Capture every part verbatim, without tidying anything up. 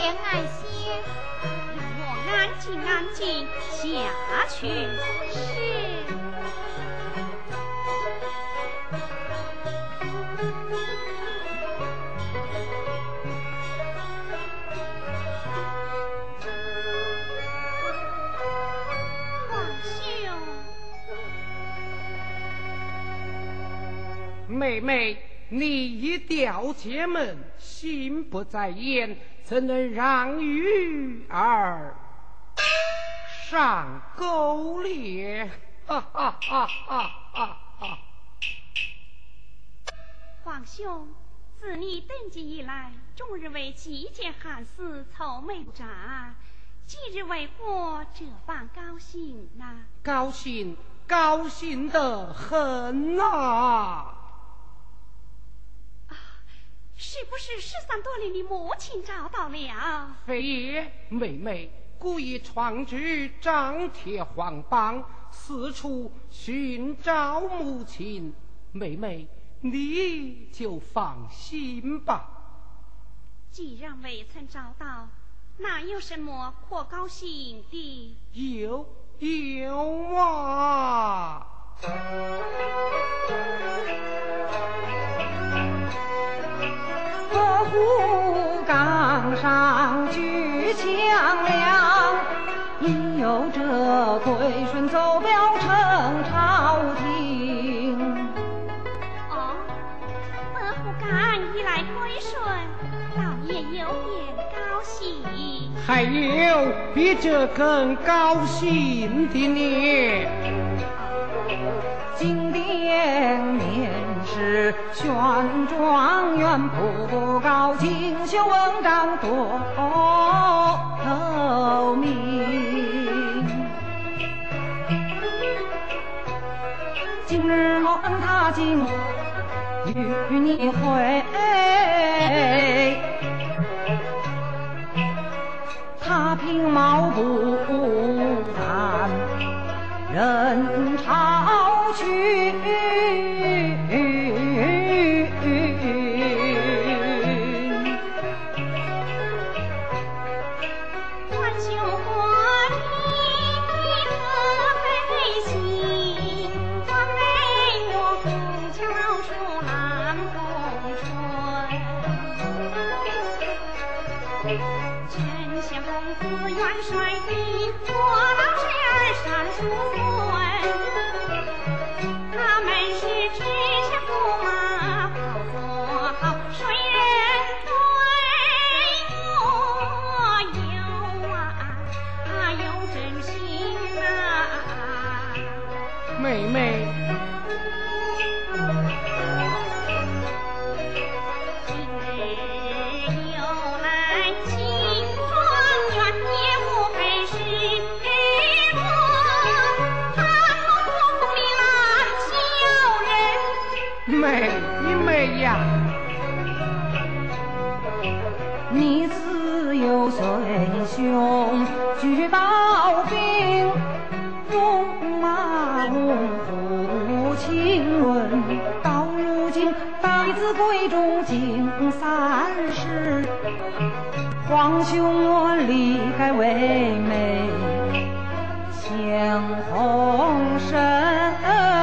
先安歇， 让我安静安静下去。 是。 妹妹，你已调解门，心不在焉，怎能让玉儿上钩咧？哈哈哈哈哈哈！ 皇兄，自你登基以来，终日为极简汉事愁眉不展，今日为何这般高兴呢？ 高兴，高兴得很啊！ 是不是失散多年的母亲找到了？ 非也，妹妹故意闯至张贴黄榜，四处寻找母亲。妹妹，你就放心吧。 既然未曾找到，那有什么可高兴的？ 有有啊！ 河湖岗上举强梁，因有这归顺奏表呈朝廷。 哦，河湖岗一来归顺，老爷有点高兴。 还有比这更高兴的呢。 金殿面试选状元，步高锦绣文章多透明。今日我踏进与你会，他凭毛不凡，人潮去。 妹妹， 今日有来请状元，也无非是我，他从国风里来小人。 妹妹呀， 你自幼随兄举刀兵，戎马五虎亲润，到如今弟子闺中经三世，皇兄我理该为妹牵红绳。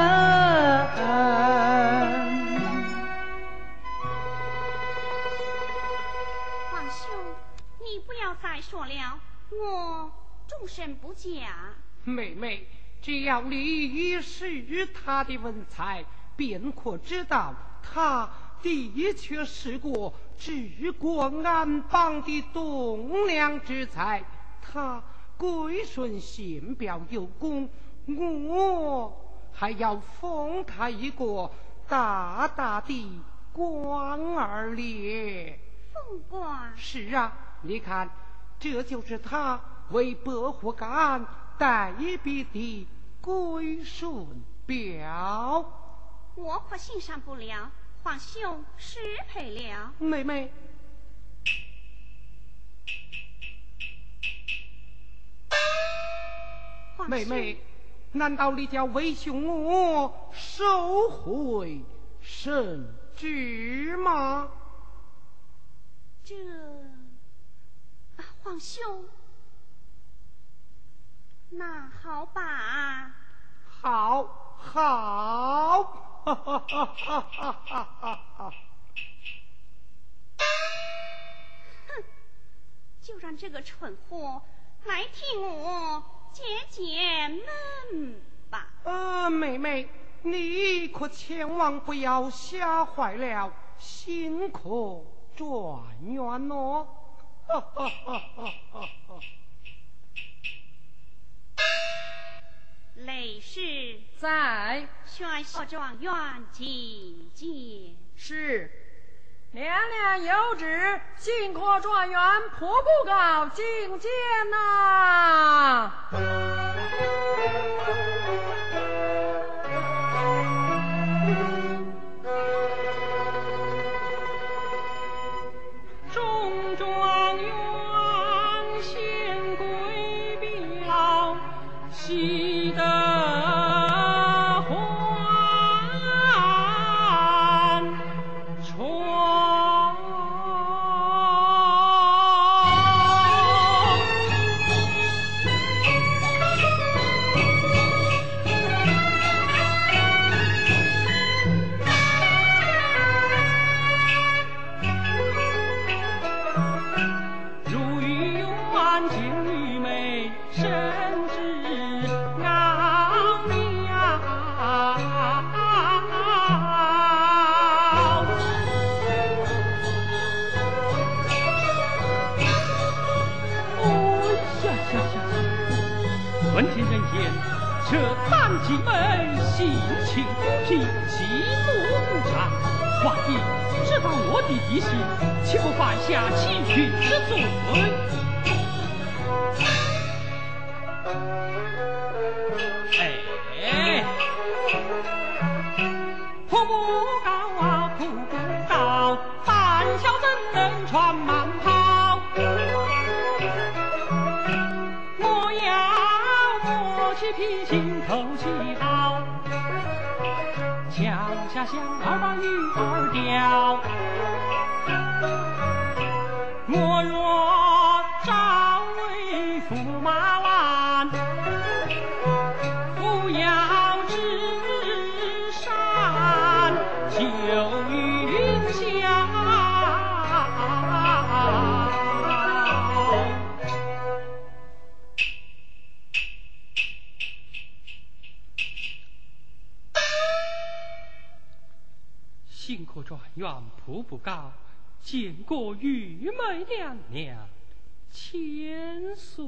皇兄，你不要再说了，我终身不嫁。 妹妹，只要你识他的文采，便可知道他的确是个治国安邦的栋梁之才。他归顺县表有功，我还要封他一个大大的官儿咧。 凤官？ 是啊，你看，这就是他为百户干代笔的归顺表。 我可欣赏不了，皇兄失陪了。 妹妹，妹妹，难道你叫为兄我收回圣旨吗？ 这， 皇兄，那好吧， 好，好，哈哈哈哈哈哈！ 哼，就让这个蠢货来替我解解闷吧。 呃，妹妹，你可千万不要吓坏了新科状元哦！哈哈哈哈哈哈！ 累世在， 宣小状元觐见。 是。娘娘有旨，新科状元瀑布高觐见呐。 中状元先归表，喜得几门性情孤僻，喜怒不常。皇帝知道我的底细，岂不犯下欺君之罪？哎，瀑布高啊瀑布高，胆小怎能穿蟒袍？莫要磨起皮筋透气好，枪下响儿把鱼儿叼。我若朝为驸马郎，不要至山就云霄。新科状元瀑布高，见过玉梅娘娘千岁。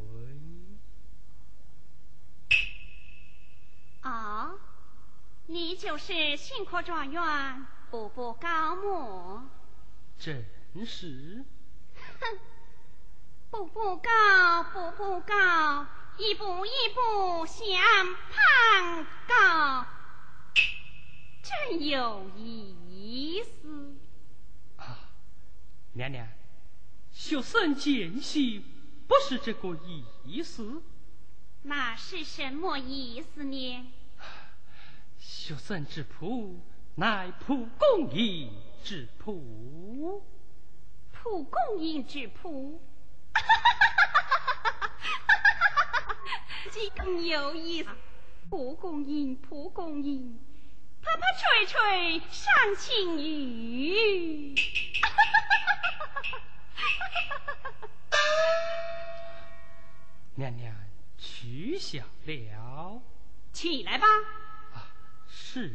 啊、哦，你就是新科状元步步高么？ 正是。 哼，步步高，步步高，一步一步向攀高，真有意思。 啊，娘娘，学生见习不是这个意思。 那是什么意思呢？ 学生之仆，乃蒲公英之仆。 蒲公英之仆，这更有意思。蒲公英，蒲公英，啪啪吹吹上青雨。 娘娘取笑了， 起来吧。 啊，是。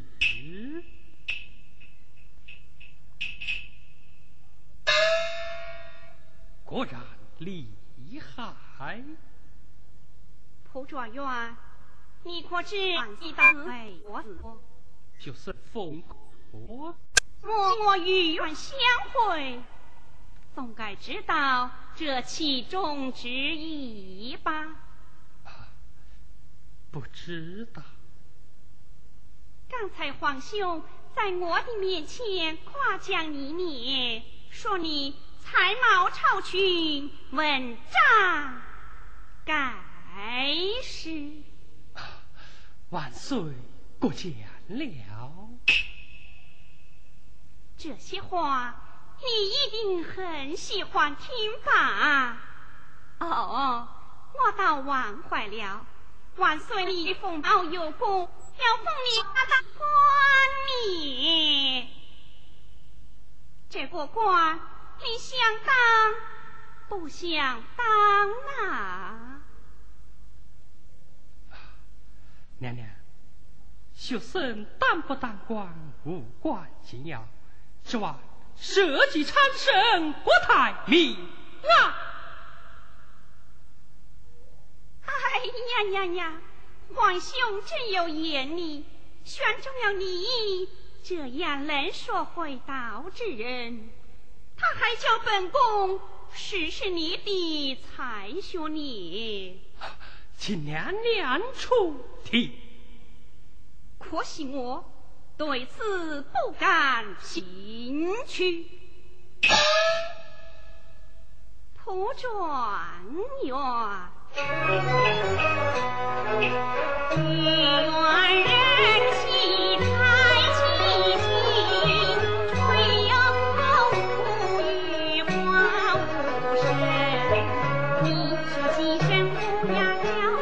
果然厉害。 蒲状元，你可知你的美我就是风国莫莫与愿相会，总该知道这其中之意吧？ 啊，不知道。 刚才皇兄在我的面前夸奖你呢，说你才貌超群，文章盖世。 啊，万岁过奖了。 这些话你一定很喜欢听吧？ 早忘怀了。万岁你封报有功，要封你大当官你。这个官你想当不想当啊？ 娘娘，学生当不当官无关紧要，只望社稷昌盛，国泰民安。 哎呀呀呀！皇兄真有眼力，选中了你这样能说会道之人，他还叫本宫试试你的才学呢。 请娘娘出题。 可惜我对此不感兴趣。蒲状元，愿人喜才气情，吹风不语花无声，你是牺牲不要了。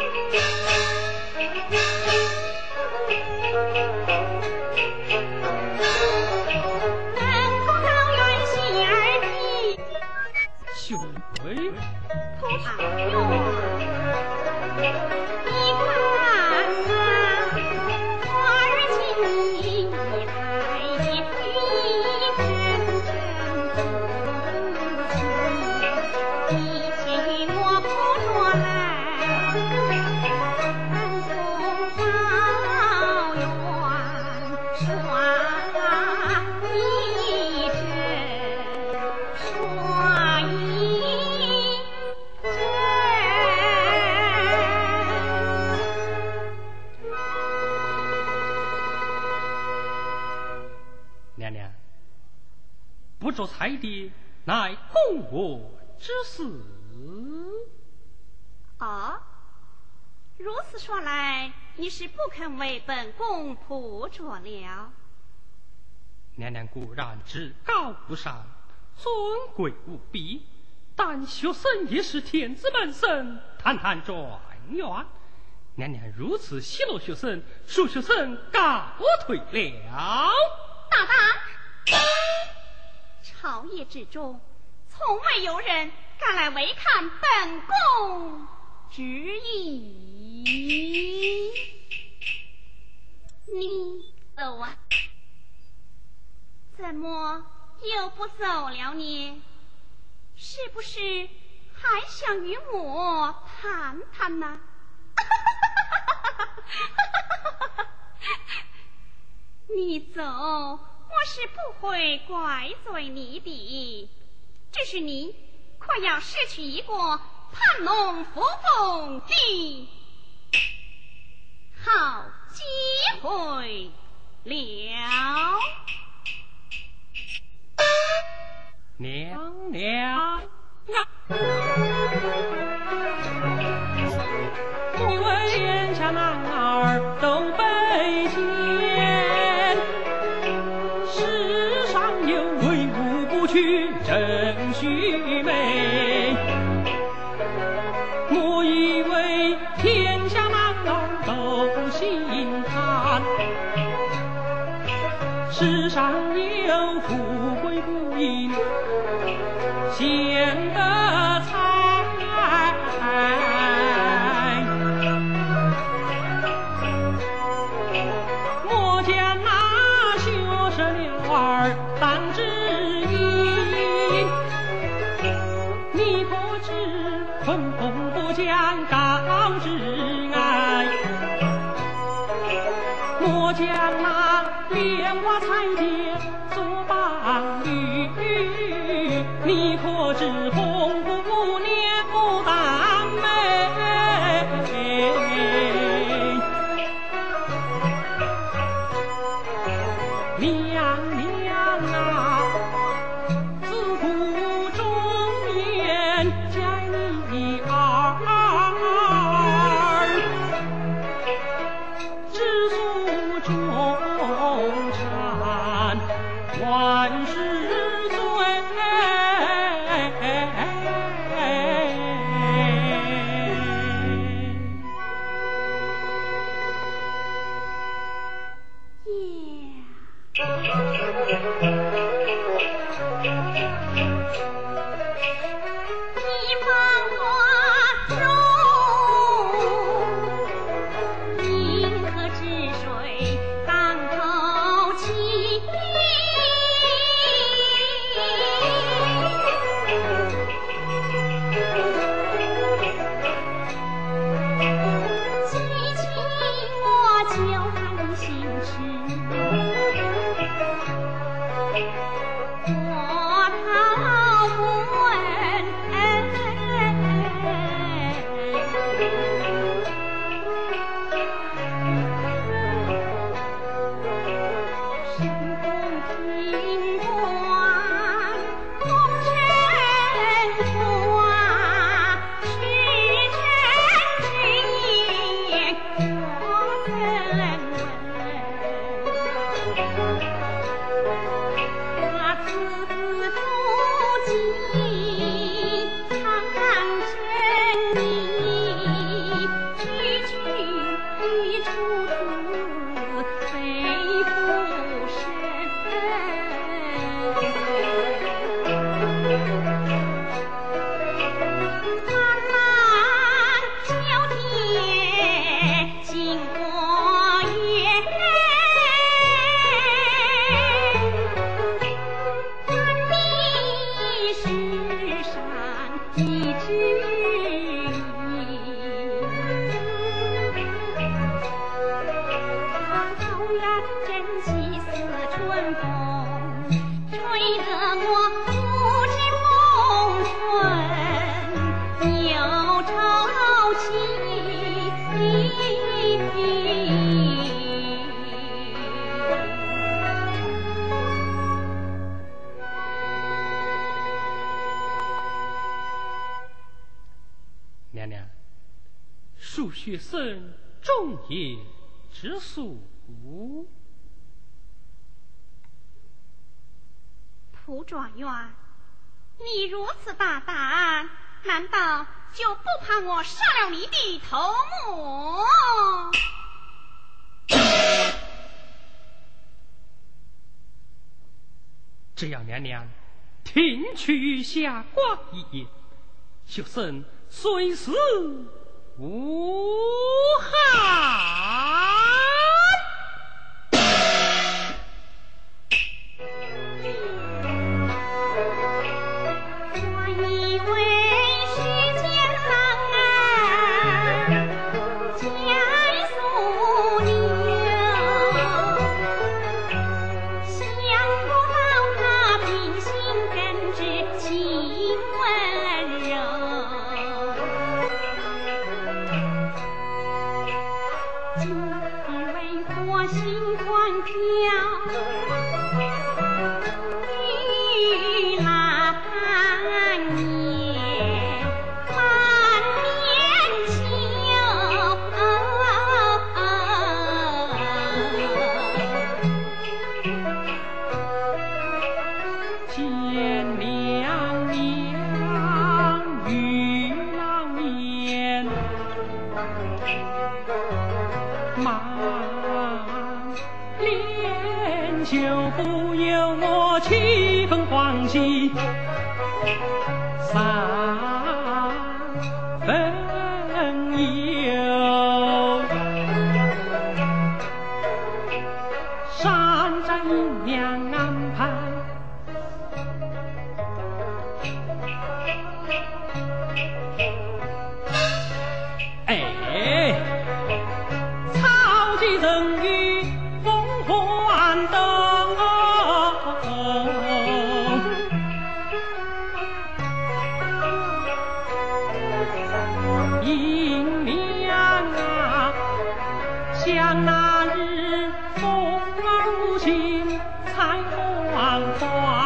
能够到元喜儿的兄妹蒲状元。你看啊，花儿情意还的一阵阵不情，你请我不着来，本宫抱怨刷一阵，刷一阵。 娘娘，不着彩的乃供我之事。 哦，如此说来，你是不肯为本宫铺着了。 娘娘固然至高无上，尊贵无比，但学生也是天子门生，谈谈状元。娘娘如此奚落学生，恕学生告退了。 大胆！朝野之中，从未有人敢来违抗本宫之意。你走啊？怎么又不走了呢？是不是还想与我谈谈呢？你走，我是不会怪罪你的，只是你快要失去一个攀龙附凤的好机会了。 娘娘， 因为眼下男儿都被奸，世上有为吾不娶真须眉，莫以为天下男儿都心贪，世上有富贵不淫显得财，莫将那学生了儿当知意，你可知本宫不将告知爱，莫将那莲花彩蝶作伴侣，你可知红姑娘不当美？娘娘啊，自古中年嫁你儿，知足中产。 学生众也之属。 蒲状元，你如此大胆，难道就不怕我杀了你的头目？ 只要娘娘听取下官一言，学生虽死无憾。 我以为世间郎儿皆俗流，想不到他秉性根直，情温柔。今以为我心欢飘，玉兰年满面秋。 见娘娘玉郎面，满脸就不由我七分欢喜，三分忧。山寨姨娘安排，哎，草鸡人鱼风欢灯，姨娘啊，想那日风儿无情采黄花，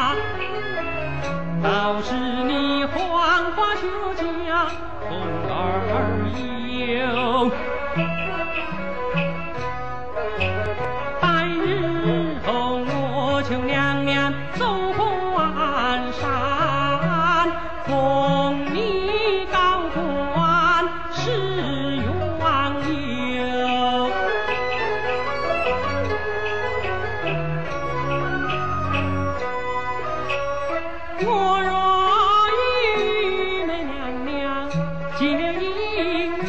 倒是你黄花秋家风儿有。白日后我求娘娘走环山，封你高官是冤有。我若与美娘娘结姻缘，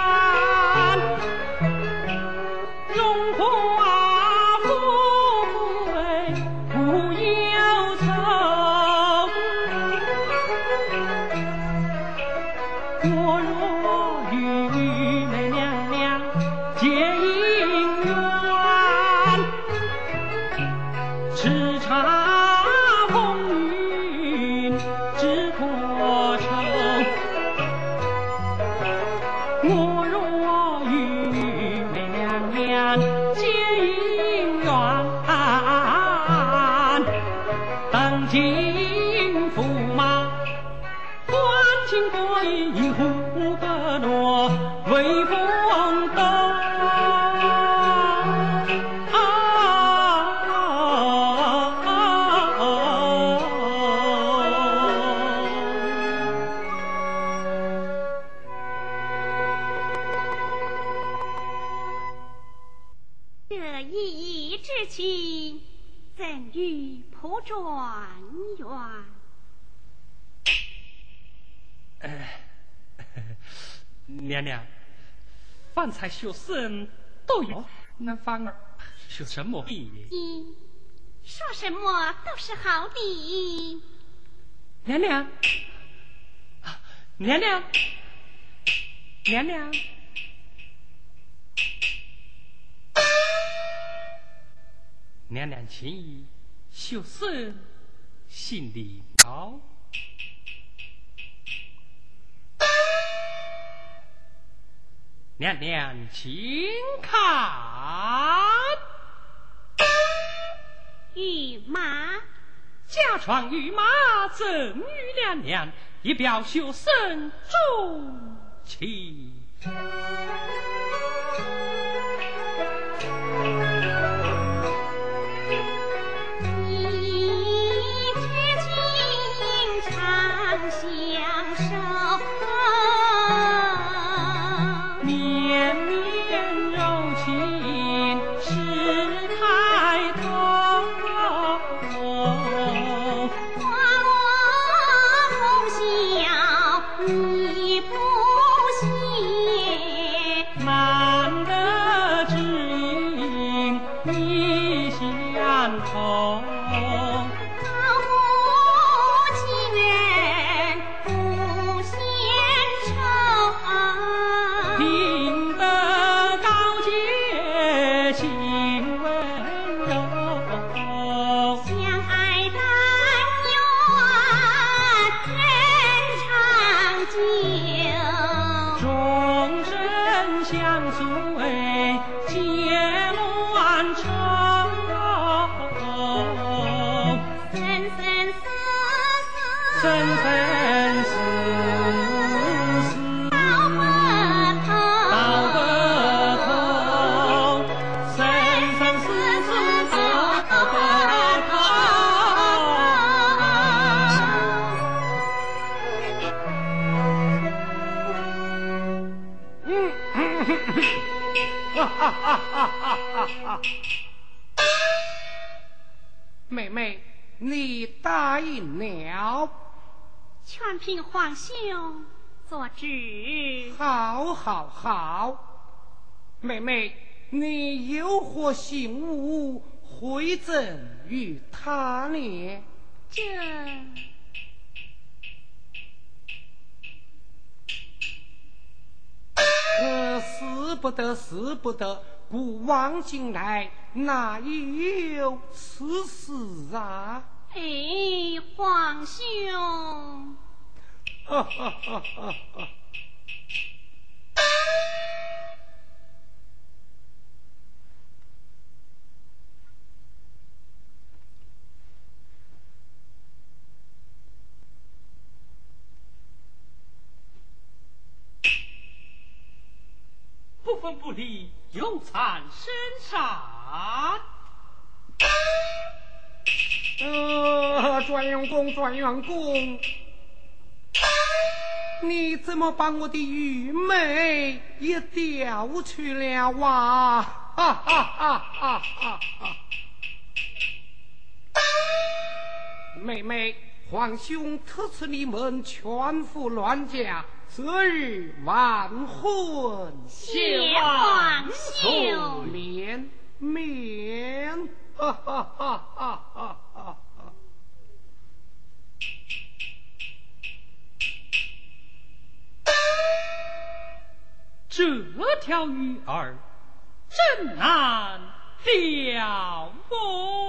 荣华富贵无忧愁。我若与美娘娘结姻缘，叱咤风云知国仇。我若与美娘娘结姻缘，当今驸马欢庆过一壶不诺威风斗。 这一义之情，怎与蒲状元？ 娘娘，饭菜学生都有，那反而是什么意？ 你说什么都是好的。 娘娘，啊娘娘，娘娘，娘娘请意，学生心里好。娘娘请看， 御马， 驾床御马赠与娘娘，以表学生重情。 妹妹，你答应了， 全凭皇兄做主。 好，好，好。妹妹，你有何信物回赠于他呢？ 这呃，使不得，使不得，古往今来哪有此事啊？ 哎，皇兄， 哈哈哈哈哈！ 不分不离，有惨深杀。 呃，转员公，转员公，你怎么把我的玉梅也调去了哇？哈哈哈哈哈哈！妹妹，皇兄特赐你们全副銮驾，择日完婚， 谢皇兄免免，哈哈哈哈哈哈！ 这条鱼儿真难钓哦。